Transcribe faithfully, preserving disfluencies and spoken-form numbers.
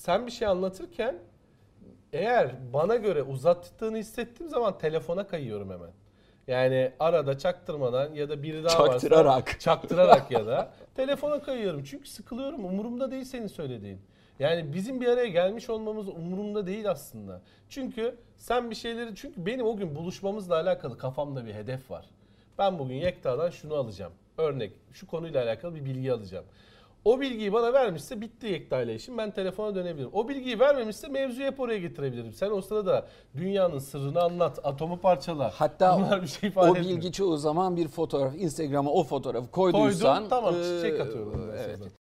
sen bir şey anlatırken eğer bana göre uzattığını hissettiğim zaman telefona kayıyorum hemen. Yani arada çaktırmadan ya da biri daha çaktırarak. varsa çaktırarak ya da telefona kayıyorum. Çünkü sıkılıyorum. Umurumda değil senin söylediğin. Yani bizim bir araya gelmiş olmamız umurumda değil aslında. Çünkü sen bir şeyleri çünkü benim o gün buluşmamızla alakalı kafamda bir hedef var. Ben bugün Yekta'dan şunu alacağım. Örnek şu konuyla alakalı bir bilgi alacağım. O bilgiyi bana vermişse bitti Yekta ile işim. Ben telefona dönebilirim. O bilgiyi vermemişse mevzuyu hep oraya getirebilirim. Sen o sırada dünyanın sırrını anlat, atomu parçala. Hatta bunlar bir şey ifade o etmiyor. bilgi çoğu zaman bir fotoğraf, Instagram'a o fotoğrafı koyduysan. Koydum, tamam e, çiçek atıyorum. Evet.